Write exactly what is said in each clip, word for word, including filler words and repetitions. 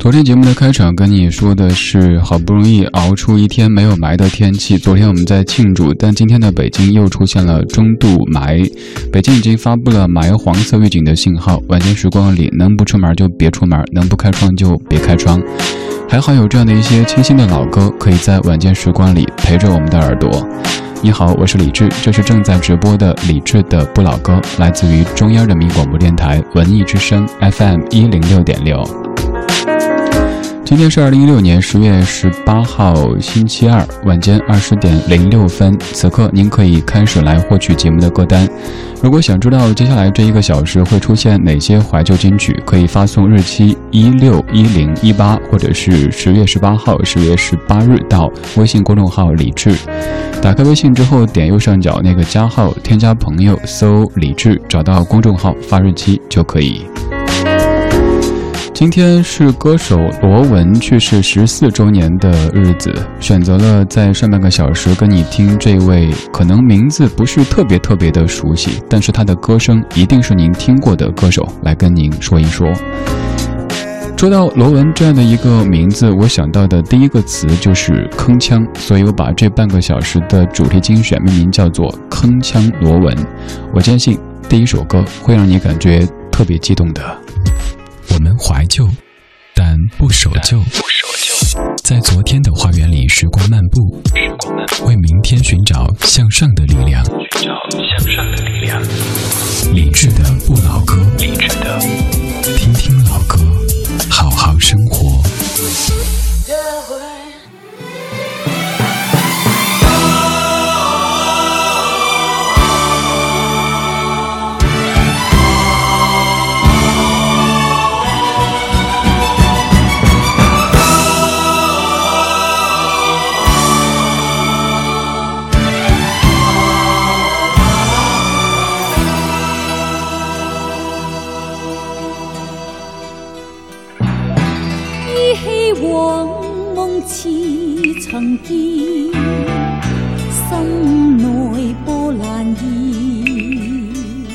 昨天节目的开场跟你说的是好不容易熬出一天没有霾的天气，昨天我们在庆祝，但今天的北京又出现了中度霾。北京已经发布了霾黄色预警的信号，晚间时光里能不出门就别出门，能不开窗就别开窗。还好有这样的一些清新的老歌，可以在晚间时光里陪着我们的耳朵。你好，我是李志，这是正在直播的李志的不老歌，来自于中央人民广播电台文艺之声 F M 一零六点六。今天是二零一六年十月十八号星期二晚间二十点零六分，此刻您可以开始来获取节目的歌单。如果想知道接下来这一个小时会出现哪些怀旧金曲，可以发送日期一六一零一八或者是十月十八号十月十八日到微信公众号李志。打开微信之后，点右上角那个加号，添加朋友，搜李志，找到公众号发日期就可以。今天是歌手罗文去世十四周年的日子，选择了在上半个小时跟你听这位可能名字不是特别特别的熟悉，但是他的歌声一定是您听过的歌手，来跟您说一说。说到罗文这样的一个名字，我想到的第一个词就是铿锵，所以我把这半个小时的主题精选命名叫做铿锵罗文。我坚信第一首歌会让你感觉特别激动的。 我们怀旧，但不守旧。在昨天的花园里时光漫步，为明天寻找向上的力量。理智的不老歌，理智的听听老歌，好好生活。 曾見心內波瀾現，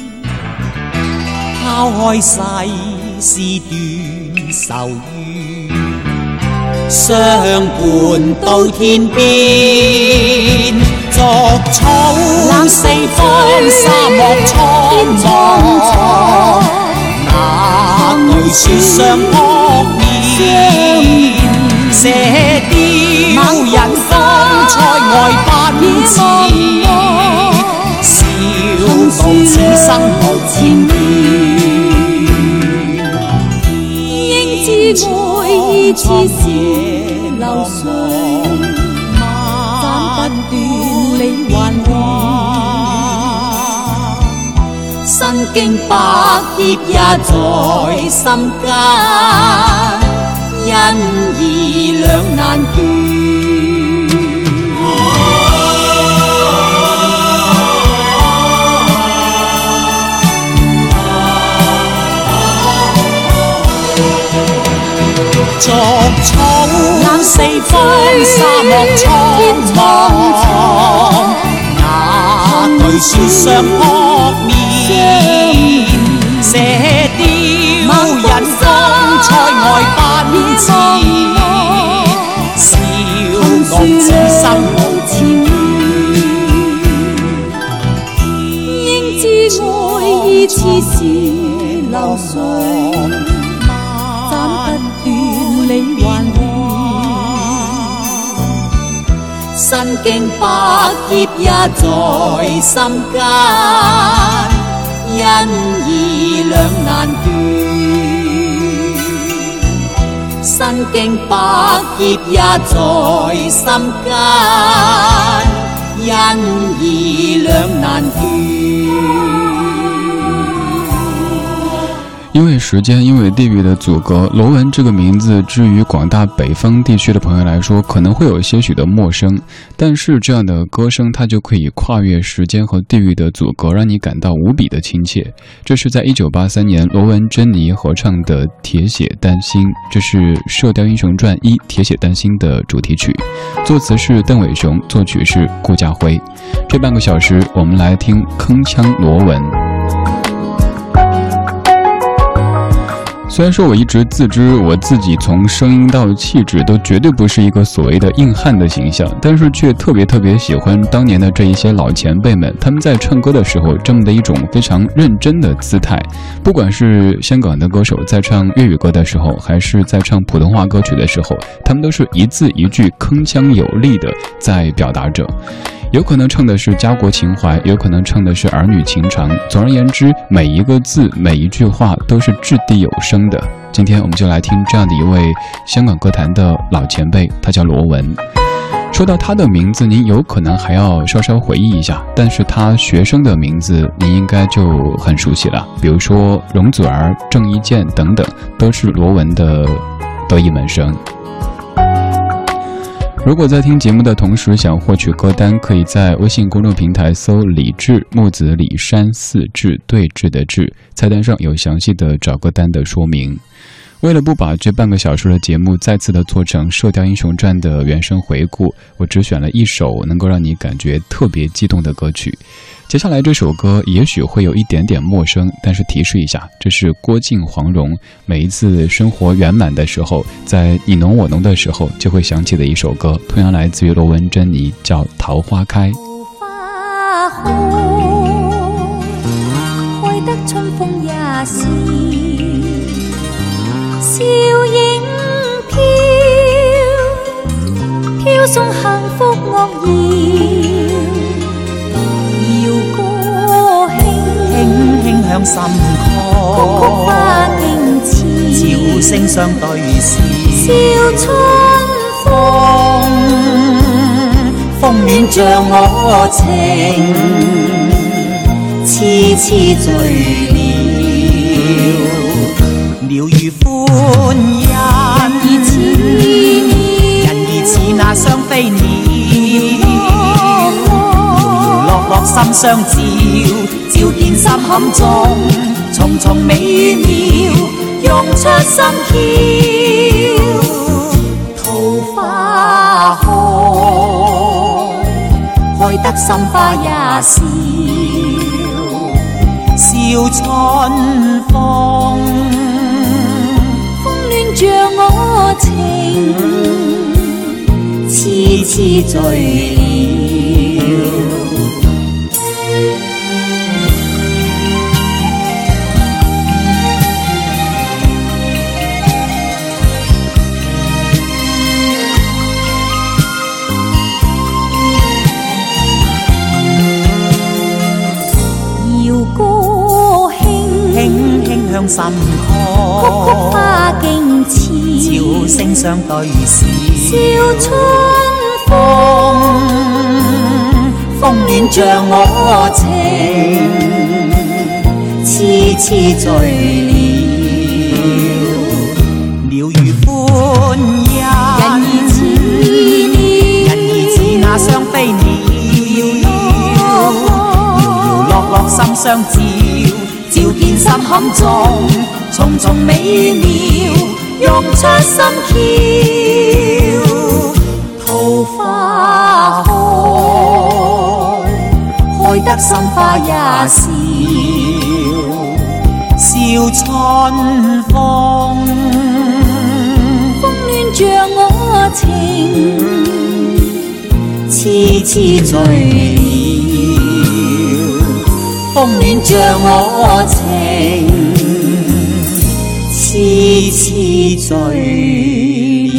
拋開世事斷愁怨，相伴到天邊，逐草四方沙漠蒼茫，那對雪上撲面，射雕人風塞外奔馳，笑傲此生無前緣，應知愛意似是流水，斬不斷理還亂，身經百劫也在心間，因義兩難斷。逐草四方沙漠蒼茫，那對雪上撲面，射雕人風塞外奔馳，笑傲此生無前緣，應知愛意似是流水，理還亂，身經百劫也在心間，因義兩難斷，身經百劫也在心間，因義兩難斷。 因为时间，因为地域的阻隔，罗文这个名字至于广大北方地区的朋友来说可能会有些许的陌生，但是这样的歌声它就可以跨越时间和地域的阻隔，让你感到无比的亲切。这是在一九八三年罗文珍妮合唱的《铁血丹心》，这是《射雕英雄传一铁血丹心》的主题曲，作词是邓伟雄，作曲是顾嘉辉。这半个小时我们来听铿锵罗文。 虽然说我一直自知我自己从声音到气质都绝对不是一个所谓的硬汉的形象，但是却特别特别喜欢当年的这一些老前辈们，他们在唱歌的时候这么的一种非常认真的姿态。不管是香港的歌手在唱粤语歌的时候，还是在唱普通话歌曲的时候，他们都是一字一句铿锵有力的在表达着。有可能唱的是家国情怀，有可能唱的是儿女情长，总而言之，每一个字每一句话都是掷地有声的。今天我们就来听这样的一位香港歌坛的老前辈，他叫罗文。说到他的名字，您有可能还要稍稍回忆一下，但是他学生的名字您应该就很熟悉了，比如说容祖儿、郑伊健等等，都是罗文的得意门生。如果在听节目的同时想获取歌单，可以在微信公众平台搜李志，木子李山四志对峙的志，菜单上有详细的找歌单的说明。为了不把这半个小时的节目再次的做成《射雕英雄传》的原声回顾，我只选了一首能够让你感觉特别激动的歌曲。接下来这首歌也许会有一点点陌生，但是提示一下，这是郭靖黄蓉每一次生活圆满的时候，在你侬我侬的时候就会想起的一首歌，同样来自于罗文珍妮，叫《桃花开》。 桃花红，开得春风也笑，笑影飘，飘送幸福樂謠。搖歌輕輕輕向心曠，曲曲花徑似，潮聲相對視，笑春風，風暖像我情，痴痴醉了。鳥如歡欣，人兒似人兒似那雙飛鳥，搖落落心相照，照見心坎中重重美妙，湧出心竅。桃花開，開得心花也笑，笑春風。像我情，痴痴醉了。搖歌輕輕輕向心曠，曲曲花徑似，潮聲相對視，笑春風，風暖像我情，痴痴醉了。鳥如歡欣，人兒似人兒似那雙飛鳥，搖搖落落心相照，照見心坎中重重美妙，湧出心竅。桃花開，開得心花也笑，笑春風，風暖像我情，痴痴醉了。風暖像我情，痴痴醉了。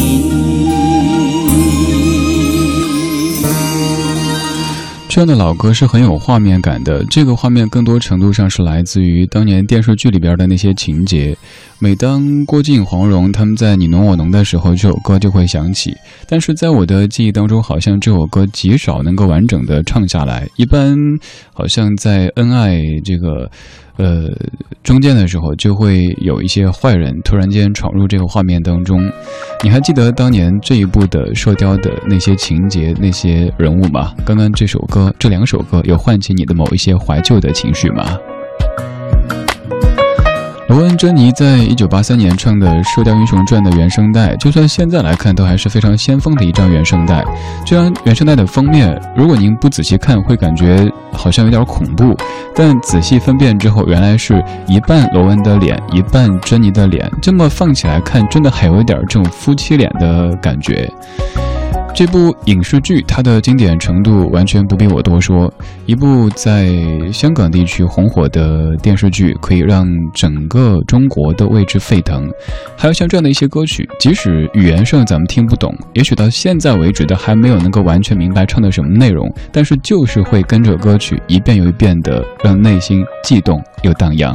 这样的老歌是很有画面感的，这个画面更多程度上是来自于当年电视剧里边的那些情节。每当郭靖黄蓉他们在你侬我侬的时候，这首歌就会响起，但是在我的记忆当中，好像这首歌极少能够完整的唱下来，一般好像在恩爱这个呃中间的时候，就会有一些坏人突然间闯入这个画面当中。你还记得当年这一部的射雕的那些情节那些人物吗？刚刚这首歌这两首歌有唤起你的某一些怀旧的情绪吗？ 罗文珍妮在一九八三年唱的《射雕英雄传》的原声带，就算现在来看都还是非常先锋的一张原声带。这张原声带的封面，如果您不仔细看会感觉好像有点恐怖，但仔细分辨之后，原来是一半罗文的脸，一半珍妮的脸，这么放起来看真的还有一点这种夫妻脸的感觉。这部影视剧它的经典程度完全不必我多说，一部在香港地区红火的电视剧可以让整个中国都为之沸腾。还有像这样的一些歌曲，即使语言上咱们听不懂，也许到现在为止都还没有能够完全明白唱的什么内容，但是就是会跟着歌曲一遍又一遍的让内心悸动又荡漾。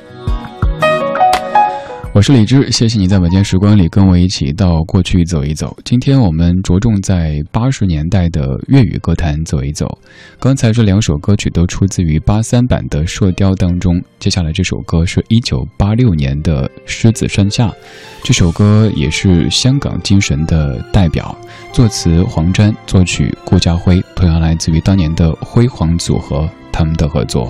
我是李志，谢谢你在晚间时光里跟我一起到过去走一走。今天我们着重在八十年代的粤语歌坛走一走。刚才这两首歌曲都出自于八三版的《射雕》当中，接下来这首歌是一九八六年的《狮子山下》，这首歌也是香港精神的代表，作词黄沾，作曲顾嘉辉，同样来自于当年的辉煌组合他们的合作。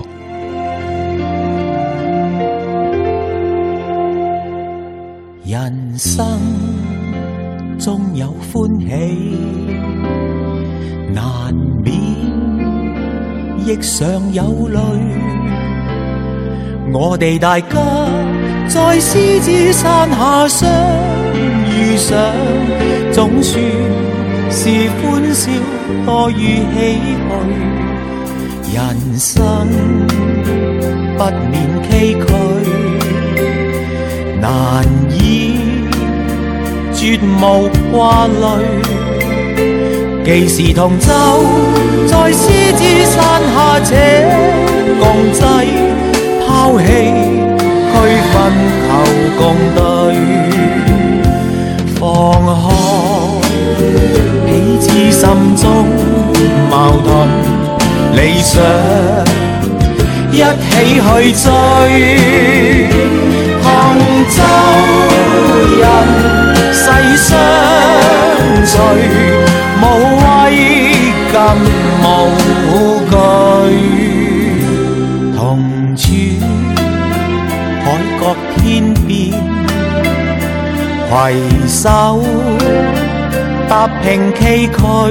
人生中有歡喜，難免亦常有淚。我哋大家在獅子山下相遇上，總算是歡笑多於唏噓。人生不免崎嶇，難以絕無掛慮，既是同舟在獅子山下且共濟，拋棄區分求共對，放開彼此心中矛盾理想，一起去追。杭州人世相隨，無畏更無懼，同處海角天邊，攜手踏平崎嶇。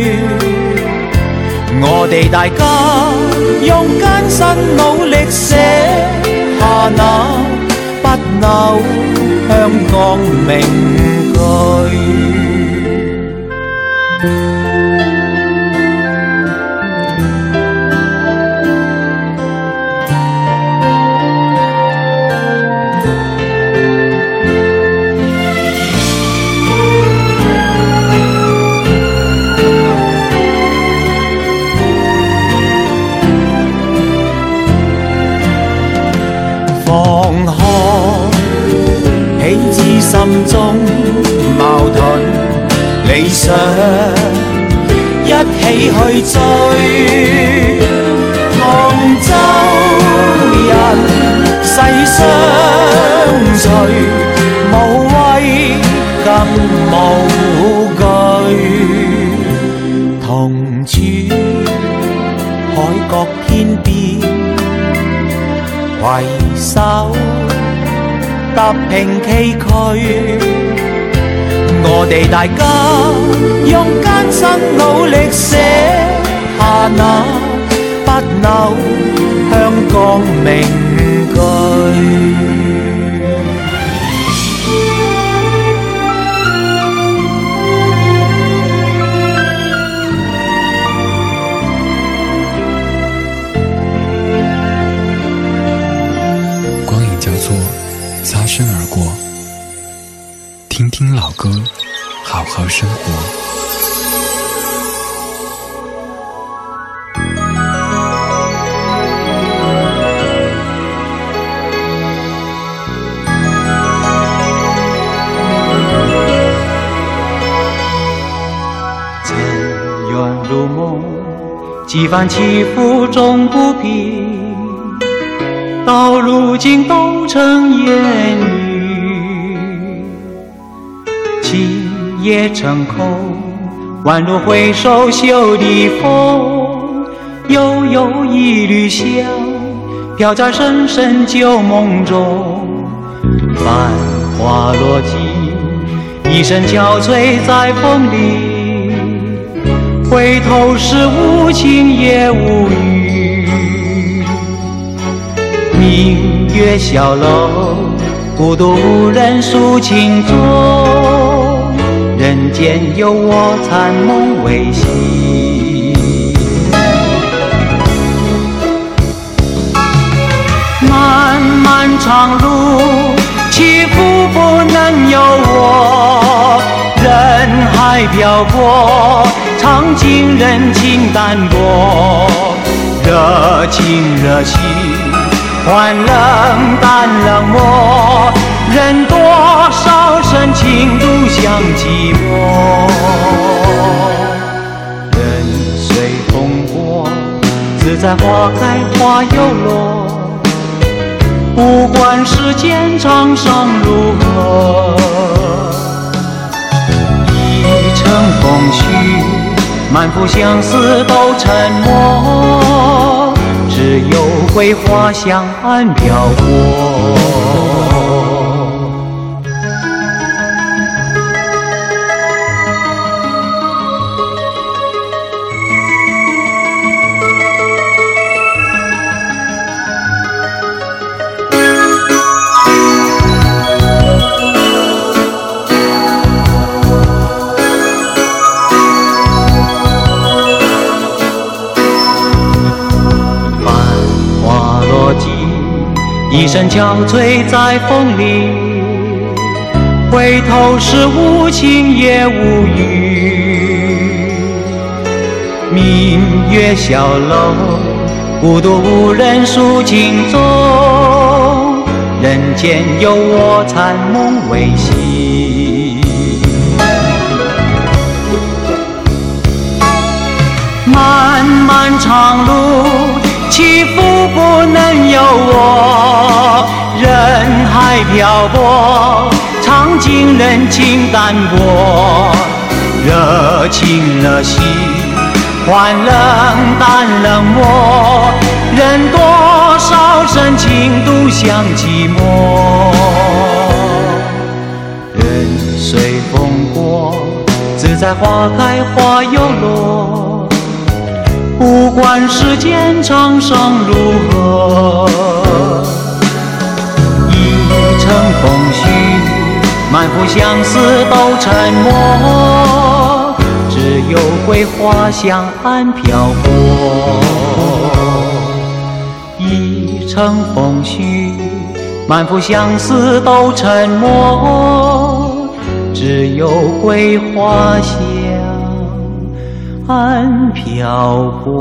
我哋大家用艱辛努力寫下那不朽香港名句。心中矛盾理想，一起去追。杭州人世相隨，無畏更無懼，同處海角天邊，攜手踏平崎嶇。我哋大家用艱辛努力寫下那不朽香港名句。 光影交错，擦身而过，听听老歌，好好生活。 曾缘如梦，几番起伏终不平，到如今都成烟雨，情也成空，宛如回首袖的风，悠悠一缕香飘在深深旧梦中。 繁花落尽，一身憔悴在风里，回头是无情也无语。明月小楼，孤独无人诉情衷，人间有我残梦未醒。漫漫长路，起伏不能由我，人海漂泊，尝尽人情淡薄，热情热心，换冷淡冷漠，人多少深情独向寂寞。人随风过，自在花开花又落，不管世间沧桑如何。一程风絮，满腹相思都沉默，只有桂花香岸漂泊。一身憔悴在风里，回头是无情也无语。明月小楼，孤独无人诉情衷，人间有我残梦未醒。漫漫长路，起伏不能由我，人海漂泊，尝尽人情淡薄，热情热心，换冷淡冷漠，人多少深情独向寂寞。人随风过，自在花开花又落，不管世间沧桑如何。一程风絮，满腹相思都沉默，只有桂花香岸漂泊。一程风絮，满腹相思都沉默，只有桂花香岸漂泊。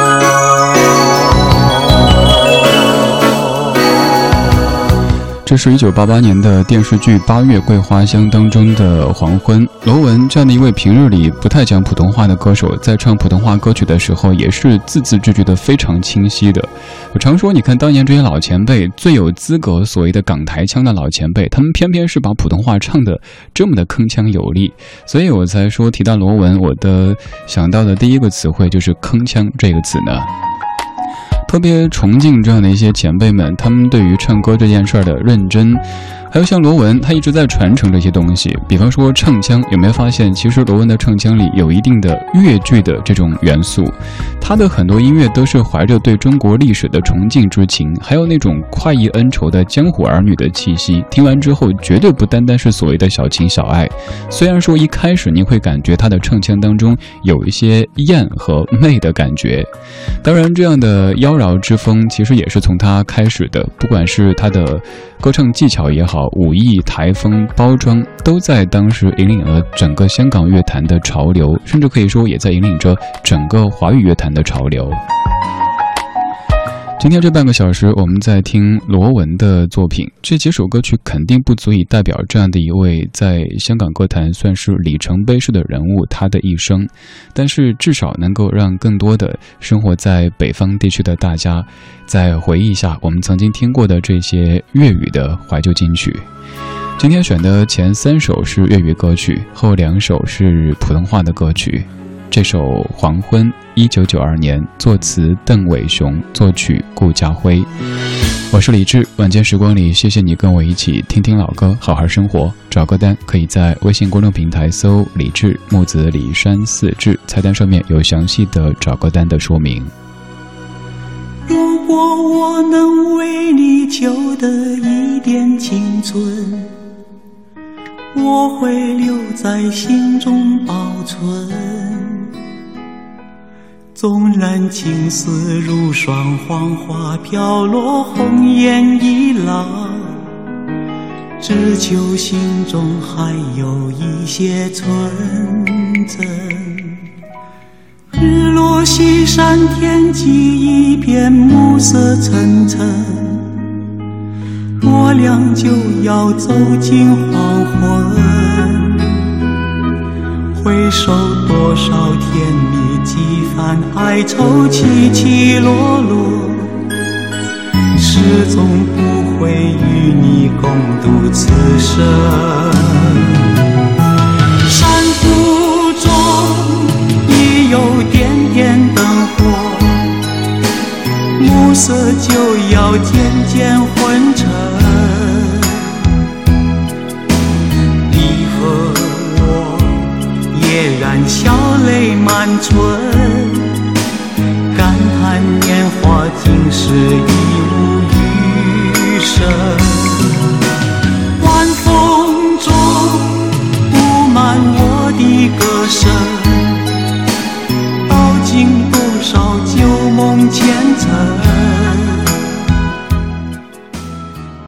这是一九八八年的电视剧《八月桂花香》当中的黄昏。罗文这样的一位平日里不太讲普通话的歌手，在唱普通话歌曲的时候也是字字句句的非常清晰的。我常说，你看当年这些老前辈，最有资格所谓的港台腔的老前辈，他们偏偏是把普通话唱的这么的铿锵有力，所以我才说提到罗文，我的想到的第一个词汇就是铿锵这个词呢。特别崇敬这样的一些前辈们，他们对于唱歌这件事儿的认真。还有像罗文，他一直在传承这些东西，比方说唱腔，有没有发现其实罗文的唱腔里有一定的粤剧的这种元素？他的很多音乐都是怀着对中国历史的崇敬之情，还有那种快意恩仇的江湖儿女的气息，听完之后绝对不单单是所谓的小情小爱。虽然说一开始你会感觉他的唱腔当中有一些艳和媚的感觉，当然这样的妖娆之风其实也是从他开始的，不管是他的歌唱技巧也好，武艺、台风、包装，都在当时引领了整个香港乐坛的潮流，甚至可以说也在引领着整个华语乐坛的潮流。今天这半个小时我们在听罗文的作品，这几首歌曲肯定不足以代表这样的一位在香港歌坛算是里程碑式的人物他的一生，但是至少能够让更多的生活在北方地区的大家再回忆一下我们曾经听过的这些粤语的怀旧金曲。今天选的前三首是粤语歌曲，后两首是普通话的歌曲。这首《黄昏》一九九二年，作词邓伟雄，作曲顾嘉辉。我我是李志，晚间时光里，谢谢你跟我一起听听老歌，好好生活。找歌单可以在微信公众平台搜李志，木子李山四志，菜单上面有详细的找歌单的说明。 如果我能为你求得一点青春，我会留在心中保存。纵然情丝如霜，黄花飘落，红颜已老，只求心中还有一些纯真。日落西山，天际一片暮色沉沉，我俩就要走进黄昏。回首多少甜蜜，几番哀愁，起起落落，始终不会与你共度此生。山谷中已有点点灯火，暮色就要渐渐昏沉。你和我嫣然笑泪满唇，感叹年华竟是一无